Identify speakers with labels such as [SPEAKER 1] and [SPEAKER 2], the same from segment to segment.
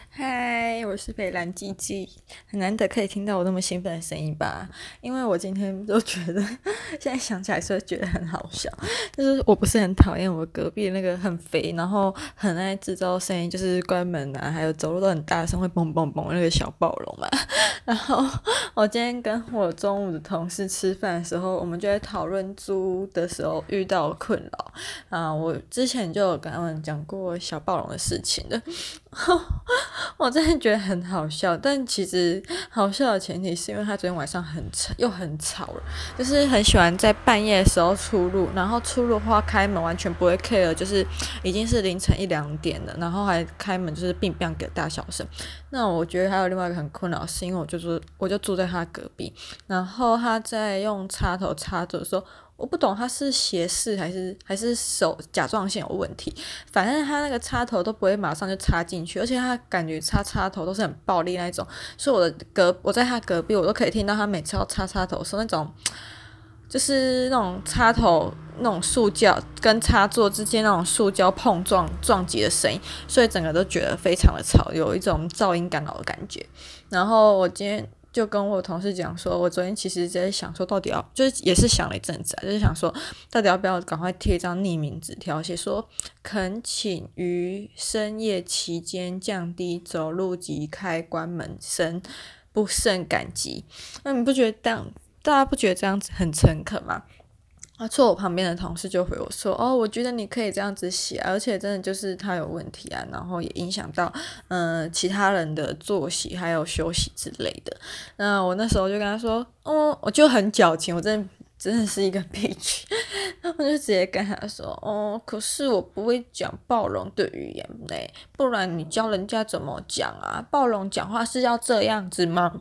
[SPEAKER 1] 嗨，我是北兰鸡鸡，很难得可以听到我那么兴奋的声音吧？因为我今天都觉得，现在想起来是会觉得很好笑。就是我不是很讨厌我隔壁那个很肥，然后很爱制造声音，就是关门啊，还有走路都很大声，会嘣嘣嘣那个小暴龙嘛。然后我今天跟我中午的同事吃饭的时候，我们就在讨论租的时候遇到的困扰我之前就有跟他们讲过小暴龙的事情的。我真的觉得很好笑，但其实好笑的前提是因为他昨天晚上很吵，又很吵了，就是很喜欢在半夜的时候出入，然后出入的话开门完全不会 care，就是已经是凌晨1、2点了，然后还开门就是乒乒给大小声。那我觉得还有另外一个很困扰，是因为我就住在他隔壁，然后他在用插头插着的时候。我不懂他是斜视还是手甲状腺有问题，反正他那个插头都不会马上就插进去，而且他感觉插头都是很暴力那一种，所以我在他隔壁，我都可以听到他每次要插头的时候那种，就是那种插头那种塑胶跟插座之间那种塑胶撞击的声音，所以整个都觉得非常的吵，有一种噪音干扰的感觉。然后我今天就跟我同事讲说，我昨天其实在想说，到底要就是也是想了一阵子就是想说，到底要不要赶快贴一张匿名纸条，写说恳请于深夜期间降低走路及开关门声，不胜感激。那你不觉得大家不觉得这样子很诚恳吗？坐我旁边的同事就回我说：“哦，我觉得你可以这样子写而且真的就是他有问题啊，然后也影响到其他人的作息还有休息之类的。”那我那时候就跟他说：“哦，我就很矫情，我真的是一个 bitch。”我就直接跟他说：“哦，可是我不会讲暴龙的语言呢，不然你教人家怎么讲啊？暴龙讲话是要这样子吗？”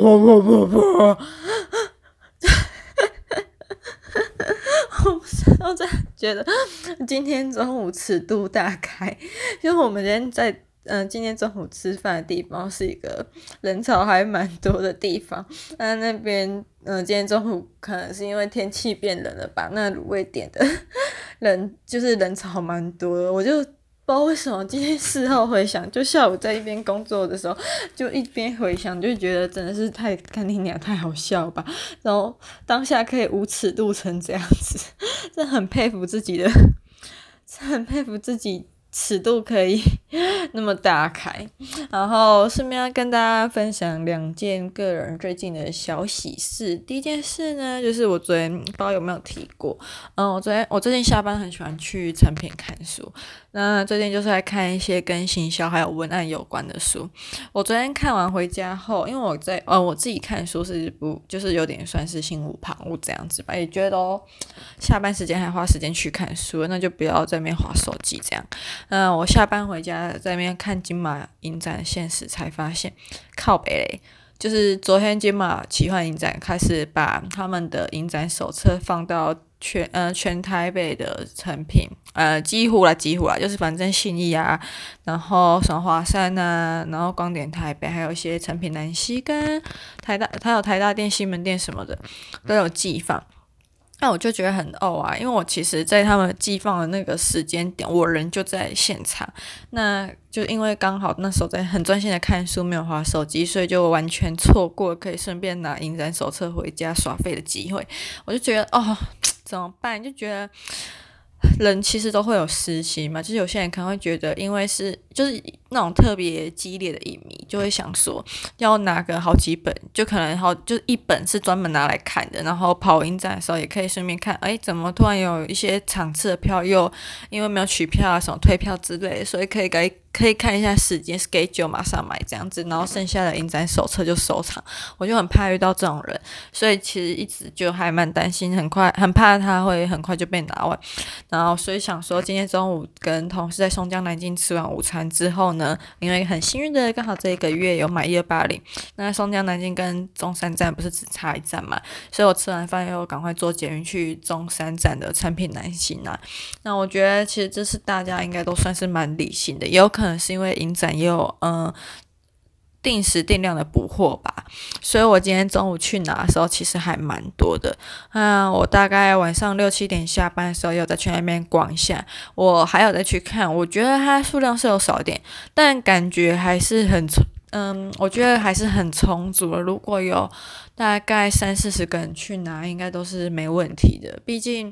[SPEAKER 1] 我真的觉得今天中午尺度大开，因为我们今天中午吃饭的地方是一个人潮还蛮多的地方，那边今天中午可能是因为天气变冷了吧，那卤味店的就是人潮蛮多的，我就不知道为什么今天事后回想，就下午在一边工作的时候，就一边回想，就觉得真的是看你俩太好笑吧。然后当下可以无尺度成这样子，真的很佩服自己的，很佩服自己尺度可以那么大开。然后顺便要跟大家分享2件个人最近的小喜事。第一件事呢，就是我昨天不知道有没有提过，我最近下班很喜欢去成品看书，那最近就是在看一些跟行销还有文案有关的书。我昨天看完回家后，因为我自己看书是不就是有点算是心无旁骛这样子吧，也觉得下班时间还花时间去看书，那就不要在那边滑手机这样。我下班回家在那边看金马影展现实，才发现靠北嘞。就是昨天金马奇幻影展开始把他们的影展手册放到全台北的成品，几乎啦，就是反正信义啊，然后什么华山啊，然后光点台北，还有一些成品南西跟台大，还有台大店、西门店什么的都有寄放。那我就觉得很因为我其实在他们寄放的那个时间点，我人就在现场，那就因为刚好那时候在很专心的看书，没有滑手机，所以就完全错过可以顺便拿影展手册回家耍废的机会。我就觉得怎么办？就觉得人其实都会有私心嘛，就是有些人可能会觉得，因为就是那种特别激烈的影迷，就会想说要拿个好几本，就可能就一本是专门拿来看的，然后跑影展的时候也可以顺便看，怎么突然有一些场次的票又因为没有取票啊什么退票之类的，所以可以看一下时间 schedule 马上买这样子，然后剩下的影展手册就收藏。我就很怕遇到这种人，所以其实一直就还蛮担心，很怕他会很快就被拿完。然后所以想说，今天中午跟同事在松江南京吃完午餐之后呢，因为很幸运的刚好这一个月有买1280，那松江南京跟中山站不是只差一站嘛，所以我吃完饭又赶快坐捷运去中山站的成品南行啊。那我觉得其实这是大家应该都算是蛮理性的，也有可能是因为影展也有定时定量的补货吧，所以我今天中午去拿的时候其实还蛮多的。我大概晚上6-7点下班的时候又再去那边逛一下，我还有再去看，我觉得它数量是有少一点，但感觉还是我觉得还是很充足的。如果有大概30-40个人去拿，应该都是没问题的。毕竟，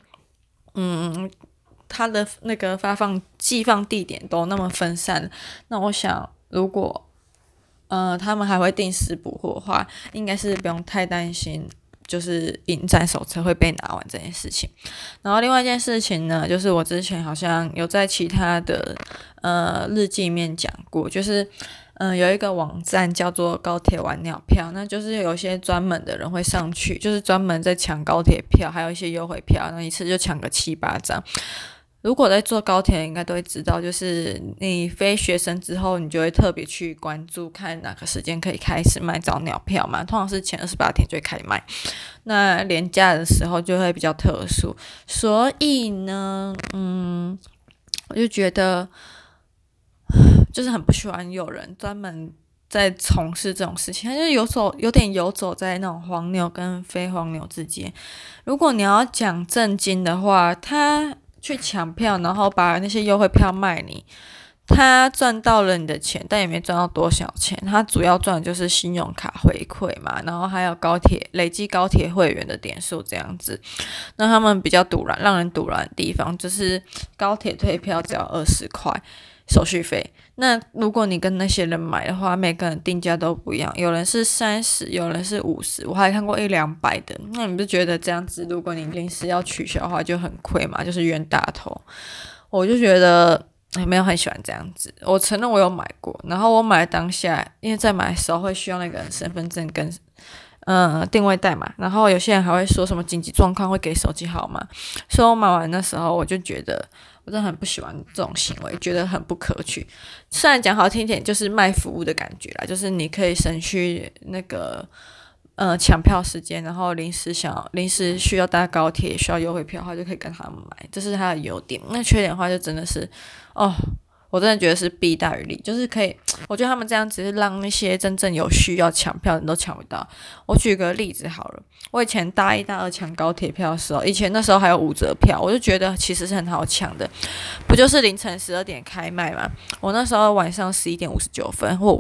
[SPEAKER 1] 它的那个寄放地点都那么分散，那我想如果他们还会定时补货的话，应该是不用太担心，就是引战手册会被拿完这件事情。然后另外一件事情呢，就是我之前好像有在其他的日记里面讲过，就是有一个网站叫做高铁晚鸟票，那就是有一些专门的人会上去，就是专门在抢高铁票，还有一些优惠票，那一次就抢个7-8张。如果在坐高铁应该都会知道，就是你非学生之后，你就会特别去关注看哪个时间可以开始卖早鸟票嘛，通常是前28天就会开始卖，那连假的时候就会比较特殊。所以呢我就觉得就是很不喜欢有人专门在从事这种事情，他就是有点游走在那种黄牛跟非黄牛之间。如果你要讲正经的话，他去抢票，然后把那些优惠票卖你，他赚到了你的钱，但也没赚到多少钱。他主要赚的就是信用卡回馈嘛，然后还有累积高铁会员的点数这样子。那他们比较让人堵拦的地方，就是高铁退票只要20块手续费。那如果你跟那些人买的话，每个人定价都不一样，有人是30，有人是50，我还看过100-200的。那你不觉得这样子，如果你临时要取消的话就很亏嘛，就是冤大头。我就觉得没有很喜欢这样子。我承认我有买过，然后我买当下，因为在买的时候会需要那个人身份证跟定位代码，然后有些人还会说什么紧急状况会给手机号码，所以我买完的时候我就觉得我真的很不喜欢这种行为，觉得很不可取。虽然讲好听点就是卖服务的感觉啦，就是你可以省去那个抢票时间，然后临时需要搭高铁需要优惠票的话就可以跟他们买，这是它的优点。那缺点的话就真的是我真的觉得是弊大于利，就是我觉得他们这样只是让那些真正有需要抢票的人都抢不到。我举个例子好了，我以前大1、大2抢高铁票的时候，那时候还有5折票，我就觉得其实是很好抢的，不就是凌晨12点开卖嘛？我那时候晚上11点59分或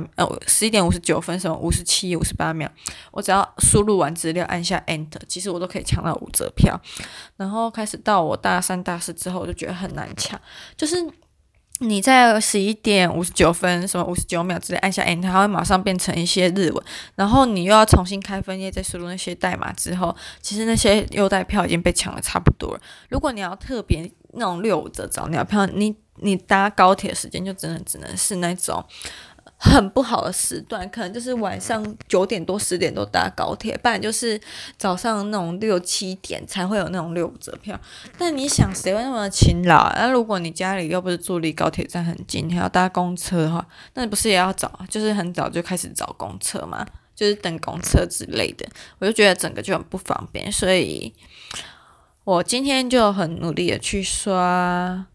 [SPEAKER 1] 11点59分什么57、58秒，我只要输入完资料按下 Enter， 其实我都可以抢到5折票。然后开始到我大3、大4之后，我就觉得很难抢，就是你在11点59分什么59秒之类按下 Enter， 它会马上变成一些日文，然后你又要重新开分页再输入那些代码之后，其实那些优待票已经被抢了差不多了。如果你要特别那种65折早鸟票，你搭高铁的时间就真的只能是那种很不好的时段，可能就是晚上9点多10点多搭高铁，不然就是早上那种6-7点才会有那种65折票。但你想谁会那么勤劳啊？那如果你家里又不是住离高铁站很近，你还要搭公车的话，那你不是也要就是很早就开始找公车嘛，就是等公车之类的。我就觉得整个就很不方便，所以我今天就很努力的去刷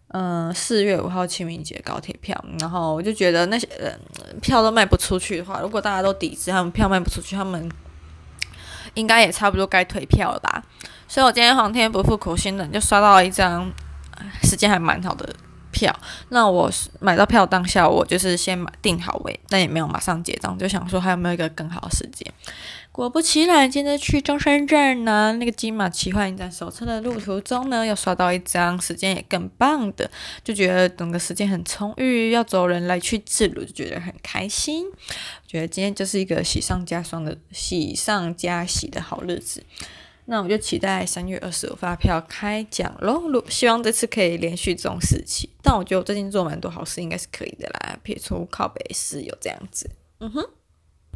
[SPEAKER 1] 4月5号清明节高铁票，然后我就觉得那些票都卖不出去的话，如果大家都抵制他们票卖不出去，他们应该也差不多该退票了吧。所以我今天皇天不负苦心人，就刷到了一张时间还蛮好的票。那我买到票当下，我就是先订好位，但也没有马上结账，就想说还有没有一个更好的时间。果不其然，今天去中山站拿那个金马奇幻影展手册的路途中呢，又刷到一张时间也更棒的，就觉得整个时间很充裕，要走人来去自如，就觉得很开心。觉得今天就是一个喜上加喜的好日子。那我就期待3月25发票开奖咯，希望这次可以连续这种事情。但我觉得我最近做蛮多好事，应该是可以的啦，撇除靠北室友这样子。